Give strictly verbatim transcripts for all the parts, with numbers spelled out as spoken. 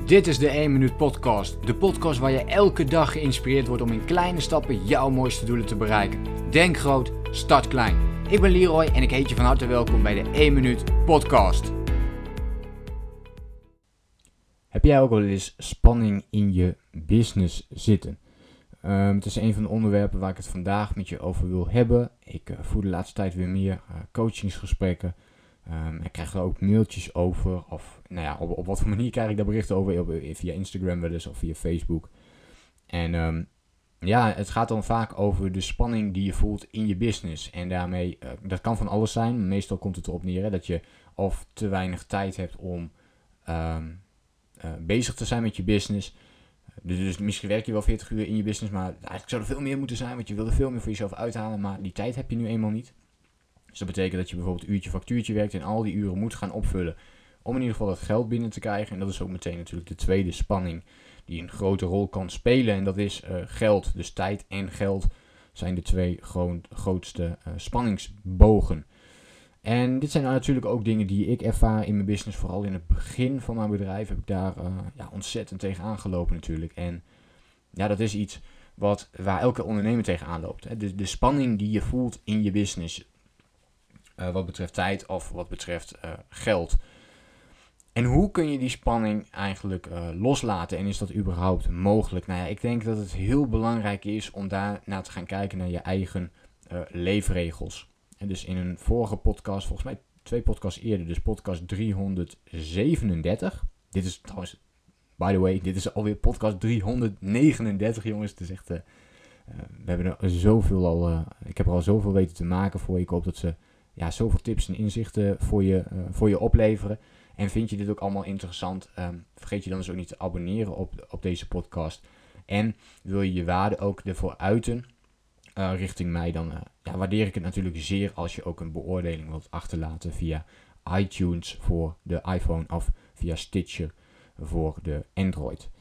Dit is de één minuut podcast. De podcast waar je elke dag geïnspireerd wordt om in kleine stappen jouw mooiste doelen te bereiken. Denk groot, start klein. Ik ben Leroy en ik heet je van harte welkom bij de één minuut podcast. Heb jij ook wel eens spanning in je business zitten? Um, het is een van de onderwerpen waar ik het vandaag met je over wil hebben. Ik uh, voer de laatste tijd weer meer uh, coachingsgesprekken. Um, ik krijg er ook mailtjes over. Of nou ja, op, op wat voor manier krijg ik daar berichten over? Op, via Instagram wel eens of via Facebook. En um, ja, het gaat dan vaak over de spanning die je voelt in je business. En daarmee, uh, dat kan van alles zijn. Meestal komt het erop neer hè, dat je of te weinig tijd hebt om um, uh, bezig te zijn met je business. Dus, dus misschien werk je wel veertig uur in je business, maar eigenlijk zou er veel meer moeten zijn, want je wil er veel meer voor jezelf uithalen, maar die tijd heb je nu eenmaal niet. Dus dat betekent dat je bijvoorbeeld uurtje factuurtje werkt en al die uren moet gaan opvullen om in ieder geval dat geld binnen te krijgen. En dat is ook meteen natuurlijk de tweede spanning die een grote rol kan spelen en dat is uh, geld. Dus tijd en geld zijn de twee gro- grootste uh, spanningsbogen. En dit zijn nou natuurlijk ook dingen die ik ervaar in mijn business. Vooral in het begin van mijn bedrijf heb ik daar uh, ja, ontzettend tegen aangelopen natuurlijk. En ja, dat is iets wat, waar elke ondernemer tegenaan loopt. Hè. De, de spanning die je voelt in je business. Uh, wat betreft tijd of wat betreft uh, geld. En hoe kun je die spanning eigenlijk uh, loslaten? En is dat überhaupt mogelijk? Nou ja, ik denk dat het heel belangrijk is om daar naar te gaan kijken naar je eigen uh, leefregels. En dus in een vorige podcast, volgens mij twee podcasts eerder, dus podcast driehonderdzevenendertig. Dit is trouwens, by the way, dit is alweer podcast driehonderdnegenendertig, jongens. Het is echt, uh, uh, we hebben er zoveel al, uh, ik heb er al zoveel weten te maken voor je. Ik hoop dat ze ja, zoveel tips en inzichten voor je, uh, voor je opleveren. En vind je dit ook allemaal interessant, um, vergeet je dan dus ook niet te abonneren op, op deze podcast. En wil je je waarde ook ervoor uiten, Uh, richting mij, dan uh, ja, waardeer ik het natuurlijk zeer als je ook een beoordeling wilt achterlaten via iTunes voor de iPhone of via Stitcher voor de Android.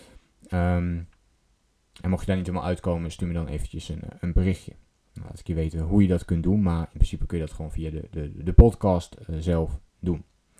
Um, en mocht je daar niet helemaal uitkomen, stuur me dan eventjes een, een berichtje. Nou, laat ik je weten hoe je dat kunt doen, maar in principe kun je dat gewoon via de, de, de podcast uh, zelf doen.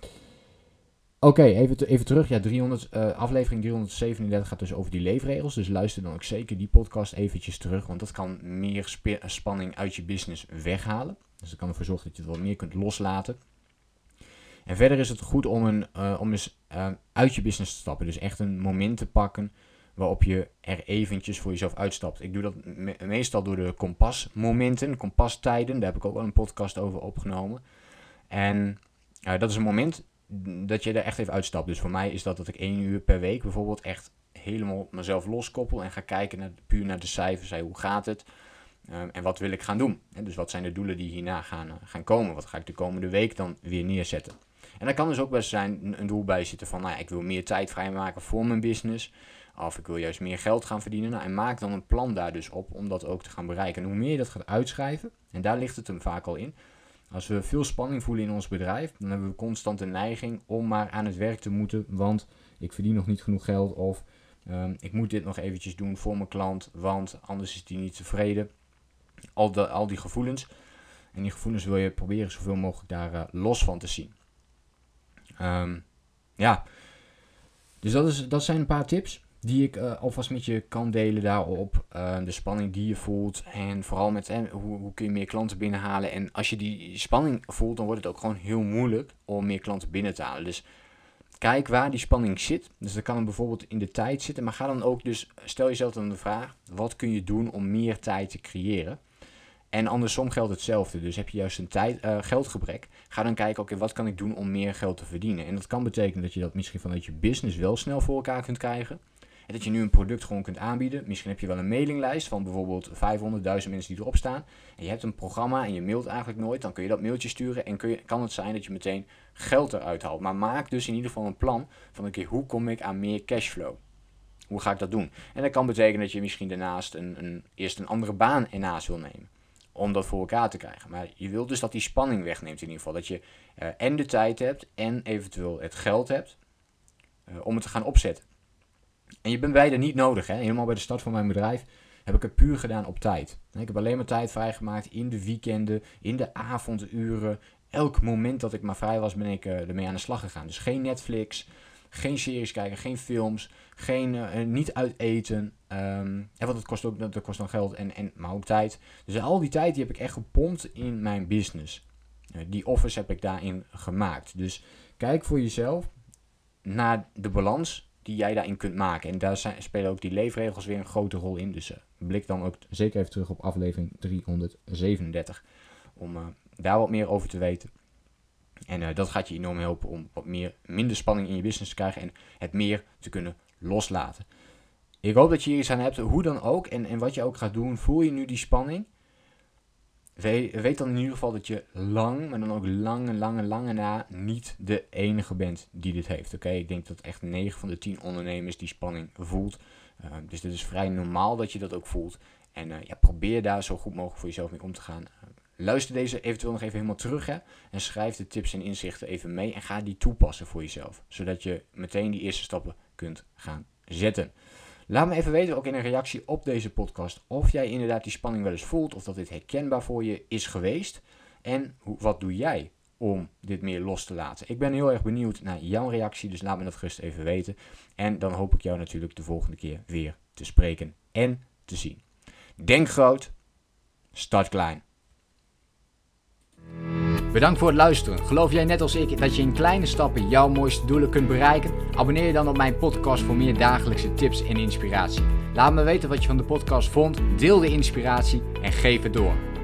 Oké, okay, even, te, even terug. Ja, driehonderd, uh, aflevering driehonderdzevenendertig gaat dus over die leefregels. Dus luister dan ook zeker die podcast eventjes terug. Want dat kan meer spe- spanning uit je business weghalen. Dus dat kan ervoor zorgen dat je het wat meer kunt loslaten. En verder is het goed om, een, uh, om eens uh, uit je business te stappen. Dus echt een moment te pakken waarop je er eventjes voor jezelf uitstapt. Ik doe dat me- meestal door de kompasmomenten, kompastijden. Daar heb ik ook wel een podcast over opgenomen. En uh, dat is een moment dat je er echt even uitstapt. Dus voor mij is dat dat ik één uur per week bijvoorbeeld echt helemaal mezelf loskoppel en ga kijken naar, puur naar de cijfers. Hey, hoe gaat het? Um, en wat wil ik gaan doen? En dus wat zijn de doelen die hierna gaan, uh, gaan komen? Wat ga ik de komende week dan weer neerzetten? En daar kan dus ook best zijn een, een doel bij zitten van, nou ja, ik wil meer tijd vrijmaken voor mijn business. Of ik wil juist meer geld gaan verdienen. Nou, en maak dan een plan daar dus op om dat ook te gaan bereiken. En hoe meer je dat gaat uitschrijven, en daar ligt het hem vaak al in. Als we veel spanning voelen in ons bedrijf, dan hebben we constant de neiging om maar aan het werk te moeten, want ik verdien nog niet genoeg geld of um, ik moet dit nog eventjes doen voor mijn klant, want anders is die niet tevreden. Al, de, al die gevoelens. En die gevoelens wil je proberen zoveel mogelijk daar uh, los van te zien. Um, ja, dus dat, is, dat zijn een paar tips die ik uh, alvast met je kan delen daarop. Uh, de spanning die je voelt en vooral met eh, hoe, hoe kun je meer klanten binnenhalen. En als je die spanning voelt, dan wordt het ook gewoon heel moeilijk om meer klanten binnen te halen. Dus kijk waar die spanning zit. Dus dat kan dan bijvoorbeeld in de tijd zitten. Maar ga dan ook dus, stel jezelf dan de vraag, wat kun je doen om meer tijd te creëren? En andersom geldt hetzelfde. Dus heb je juist een tijd, uh, geldgebrek, ga dan kijken, oké, okay, wat kan ik doen om meer geld te verdienen? En dat kan betekenen dat je dat misschien vanuit je business wel snel voor elkaar kunt krijgen. En dat je nu een product gewoon kunt aanbieden. Misschien heb je wel een mailinglijst van bijvoorbeeld vijfhonderdduizend mensen die erop staan. En je hebt een programma en je mailt eigenlijk nooit. Dan kun je dat mailtje sturen en kun je, kan het zijn dat je meteen geld eruit haalt. Maar maak dus in ieder geval een plan van oké, okay, hoe kom ik aan meer cashflow? Hoe ga ik dat doen? En dat kan betekenen dat je misschien daarnaast een, een, eerst een andere baan ernaast wil nemen. Om dat voor elkaar te krijgen. Maar je wilt dus dat die spanning wegneemt in ieder geval. Dat je uh, en de tijd hebt en eventueel het geld hebt uh, om het te gaan opzetten. En je bent beide niet nodig. Hè? Helemaal bij de start van mijn bedrijf heb ik het puur gedaan op tijd. Ik heb alleen maar tijd vrijgemaakt in de weekenden, in de avonduren. Elk moment dat ik maar vrij was, ben ik uh, ermee aan de slag gegaan. Dus geen Netflix, geen series kijken, geen films, geen, uh, niet uit eten. Um, en want dat kost ook dat kost dan geld en, en maar ook tijd. Dus al die tijd die heb ik echt gepompt in mijn business. Uh, die offers heb ik daarin gemaakt. Dus kijk voor jezelf naar de balans die jij daarin kunt maken. En daar zijn, spelen ook die leefregels weer een grote rol in. Dus uh, blik dan ook zeker even terug op aflevering driehonderdzevenendertig. Om uh, daar wat meer over te weten. En uh, dat gaat je enorm helpen om wat meer, minder spanning in je business te krijgen. En het meer te kunnen loslaten. Ik hoop dat je hier iets aan hebt. Hoe dan ook. En, en wat je ook gaat doen. Voel je nu die spanning. We, weet dan in ieder geval dat je lang, maar dan ook lange, lange, lange na niet de enige bent die dit heeft. Oké, okay? Ik denk dat echt negen van de tien ondernemers die spanning voelt. Uh, dus het is vrij normaal dat je dat ook voelt. En uh, ja, probeer daar zo goed mogelijk voor jezelf mee om te gaan. Uh, luister deze eventueel nog even helemaal terug. Hè, en schrijf de tips en inzichten even mee. En ga die toepassen voor jezelf. Zodat je meteen die eerste stappen kunt gaan zetten. Laat me even weten, ook in een reactie op deze podcast, of jij inderdaad die spanning wel eens voelt, of dat dit herkenbaar voor je is geweest. En hoe, wat doe jij om dit meer los te laten? Ik ben heel erg benieuwd naar jouw reactie, dus laat me dat gerust even weten. En dan hoop ik jou natuurlijk de volgende keer weer te spreken en te zien. Denk groot, start klein. Bedankt voor het luisteren. Geloof jij net als ik dat je in kleine stappen jouw mooiste doelen kunt bereiken? Abonneer je dan op mijn podcast voor meer dagelijkse tips en inspiratie. Laat me weten wat je van de podcast vond, deel de inspiratie en geef het door.